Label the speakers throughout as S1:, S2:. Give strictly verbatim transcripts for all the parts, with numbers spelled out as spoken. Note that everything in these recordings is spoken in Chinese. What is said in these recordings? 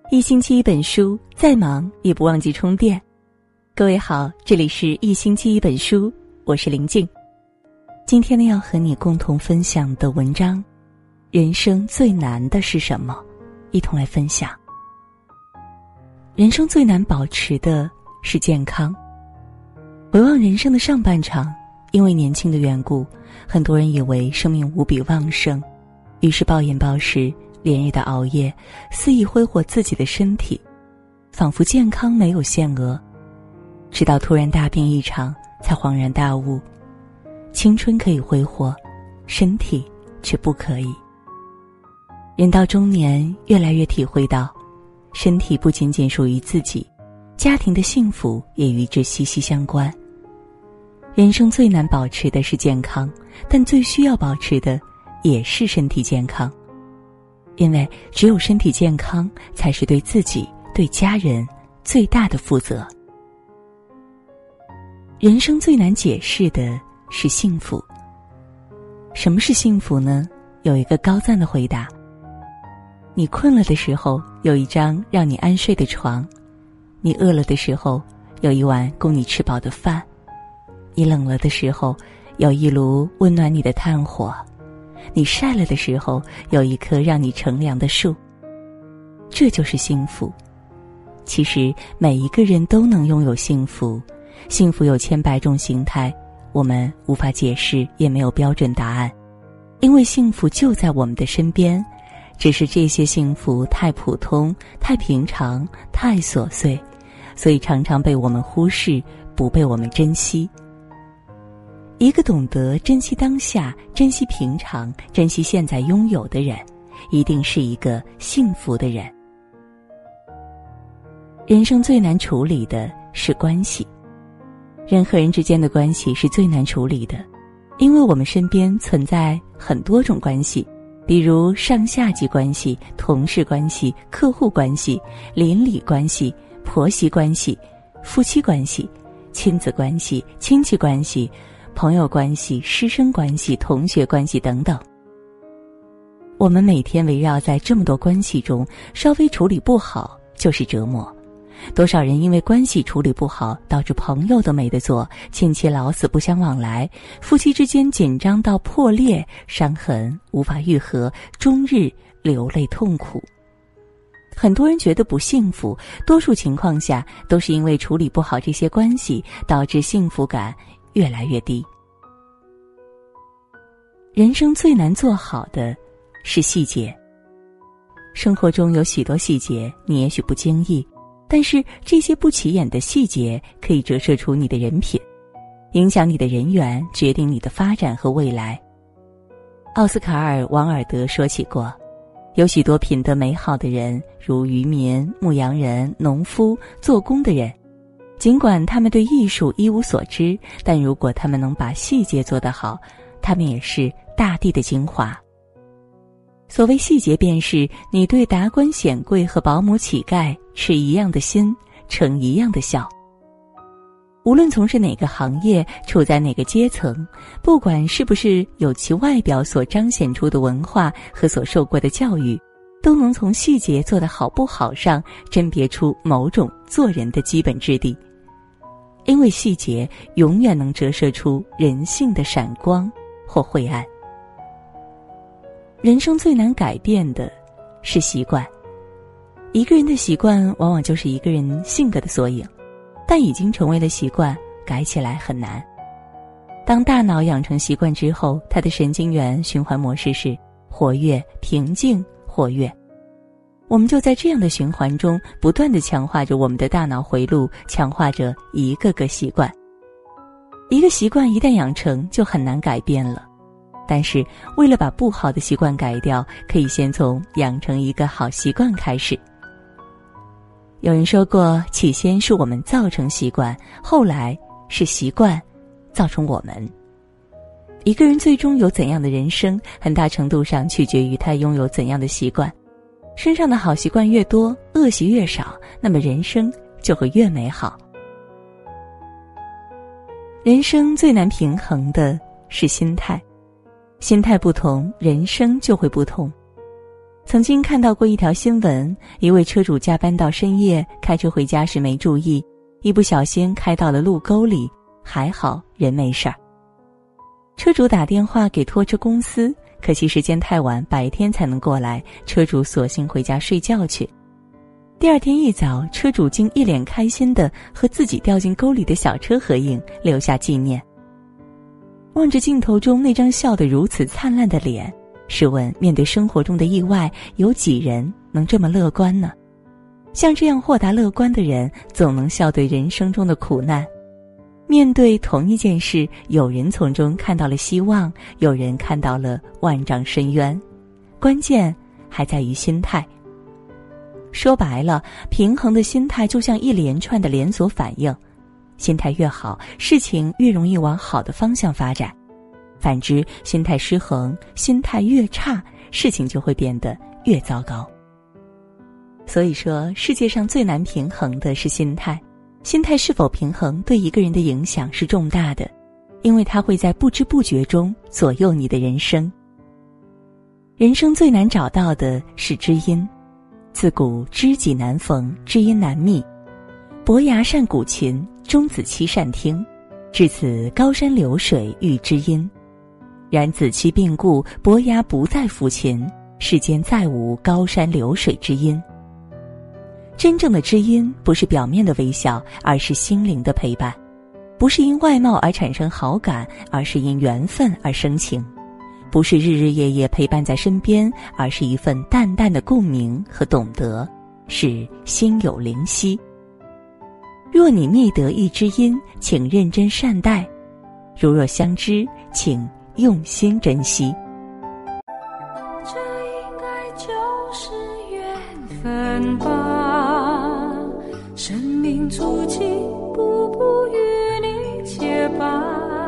S1: 一星期一本书，再忙也不忘记充电。各位好，这里是一星期一本书，我是林静。今天呢，要和你共同分享的文章，人生最难的是什么？一同来分享。人生最难保持的是健康。回望人生的上半场，因为年轻的缘故，很多人以为生命无比旺盛，于是暴饮暴食，连夜的熬夜，肆意挥霍自己的身体，仿佛健康没有限额。直到突然大病一场，才恍然大悟，青春可以挥霍，身体却不可以。人到中年，越来越体会到，身体不仅仅属于自己，家庭的幸福也与之息息相关。人生最难保持的是健康，但最需要保持的也是身体健康。因为只有身体健康，才是对自己、对家人最大的负责。人生最难解释的是幸福。什么是幸福呢？有一个高赞的回答：你困了的时候，有一张让你安睡的床；你饿了的时候，有一碗供你吃饱的饭；你冷了的时候，有一炉温暖你的炭火；你晒了的时候，有一棵让你乘凉的树。这就是幸福。其实每一个人都能拥有幸福，幸福有千百种形态，我们无法解释，也没有标准答案。因为幸福就在我们的身边，只是这些幸福太普通、太平常、太琐碎，所以常常被我们忽视，不被我们珍惜。一个懂得珍惜当下、珍惜平常、珍惜现在拥有的人，一定是一个幸福的人。人生最难处理的是关系。人和人之间的关系是最难处理的，因为我们身边存在很多种关系，比如上下级关系、同事关系、客户关系、邻里关系、婆媳关系、夫妻关系、亲子关系、亲戚关系、朋友关系、师生关系、同学关系等等。我们每天围绕在这么多关系中，稍微处理不好就是折磨。多少人因为关系处理不好，导致朋友都没得做，亲戚老死不相往来，夫妻之间紧张到破裂，伤痕无法愈合，终日流泪痛苦。很多人觉得不幸福，多数情况下都是因为处理不好这些关系，导致幸福感越来越低。人生最难做好的是细节。生活中有许多细节，你也许不经意，但是这些不起眼的细节可以折射出你的人品，影响你的人缘，决定你的发展和未来。奥斯卡尔·王尔德说起过，有许多品德美好的人，如渔民、牧羊人、农夫、做工的人，尽管他们对艺术一无所知，但如果他们能把细节做得好，他们也是大地的精华。所谓细节，便是你对达官显贵和保姆乞丐持一样的心，呈一样的笑。无论从事哪个行业，处在哪个阶层，不管是不是有其外表所彰显出的文化和所受过的教育，都能从细节做得好不好上甄别出某种做人的基本质地。因为细节永远能折射出人性的闪光或晦暗。人生最难改变的是习惯。一个人的习惯往往就是一个人性格的缩影，但已经成为了习惯，改起来很难。当大脑养成习惯之后，它的神经元循环模式是活跃、平静、活跃。我们就在这样的循环中不断地强化着我们的大脑回路，强化着一个个习惯。一个习惯一旦养成，就很难改变了。但是为了把不好的习惯改掉，可以先从养成一个好习惯开始。有人说过，起先是我们造成习惯，后来是习惯造成我们。一个人最终有怎样的人生，很大程度上取决于他拥有怎样的习惯。身上的好习惯越多，恶习越少，那么人生就会越美好。人生最难平衡的是心态。心态不同，人生就会不同。 曾经看到过一条新闻，一位车主加班到深夜，开车回家时没注意，一不小心开到了路沟里，还好人没事儿。车主打电话给拖车公司，可惜时间太晚，白天才能过来，车主索性回家睡觉去。第二天一早，车主竟一脸开心地和自己掉进沟里的小车合影，留下纪念。望着镜头中那张笑得如此灿烂的脸，试问面对生活中的意外，有几人能这么乐观呢？像这样豁达乐观的人，总能笑对人生中的苦难。面对同一件事，有人从中看到了希望，有人看到了万丈深渊。关键还在于心态。说白了，平衡的心态就像一连串的连锁反应，心态越好，事情越容易往好的方向发展。反之，心态失衡，心态越差，事情就会变得越糟糕。所以说，世界上最难平衡的是心态。心态是否平衡对一个人的影响是重大的，因为它会在不知不觉中左右你的人生。人生最难找到的是知音，自古知己难逢，知音难觅。伯牙善鼓琴，钟子期善听，至此高山流水遇知音。然子期病故，伯牙不再抚琴，世间再无高山流水之音。真正的知音不是表面的微笑，而是心灵的陪伴；不是因外貌而产生好感，而是因缘分而生情；不是日日夜夜陪伴在身边，而是一份淡淡的共鸣和懂得，是心有灵犀。若你觅得一知音，请认真善待；如若相知，请用心珍惜。
S2: 这应该就是缘分吧，生命足迹步步与你结伴，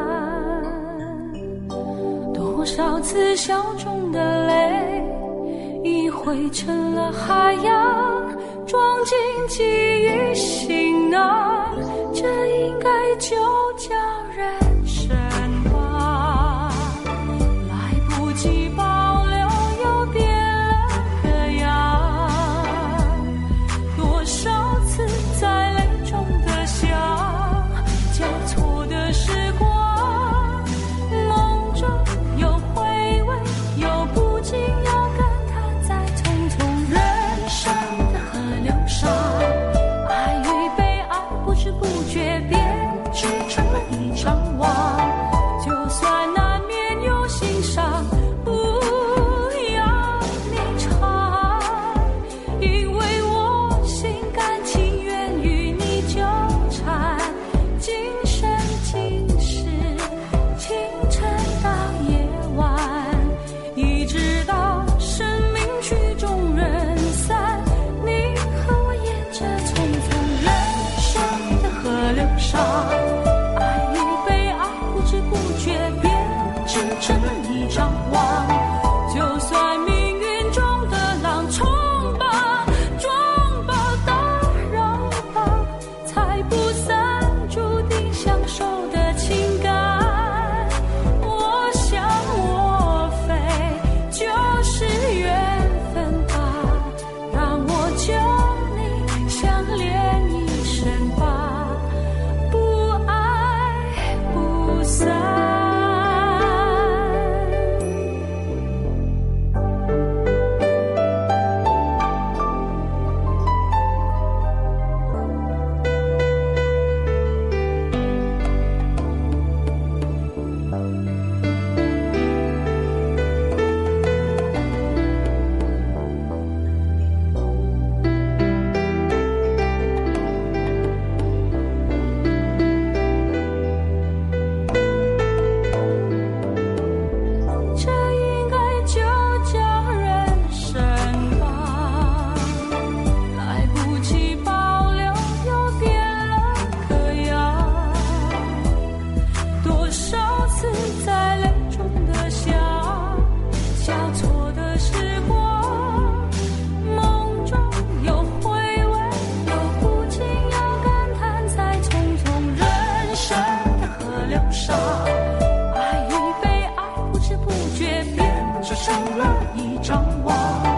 S2: 多少次笑中的泪已汇成了海洋，装进记忆行囊，这应该就叫人生吧。来不及保留又变了个样，多少次在泪中的想，交错的时光，梦中有回味，有不禁有感叹，在匆匆人生的河流上，爱与被爱不知不觉编织成了一张网。就算难免有心伤，不要你尝，因为我心甘情愿与你纠缠，今生今世，清晨到夜晚，一直到生命曲终人散，你和我沿着匆匆人生的河流上，爱与被爱不知不觉编织成了一张网。就算命运中的浪冲吧，撞吧，打扰吧，才不散，注定相守的情感。我想我非就是缘分吧，让我救你相恋一生吧，不爱不散。这应该就叫人生吧，来不及保留又变了个样，多少次在泪中的想，交错的时光，梦中有回味，有不禁有感叹，在匆匆人生的河流上，爱与被爱不知不觉编织成了一张网。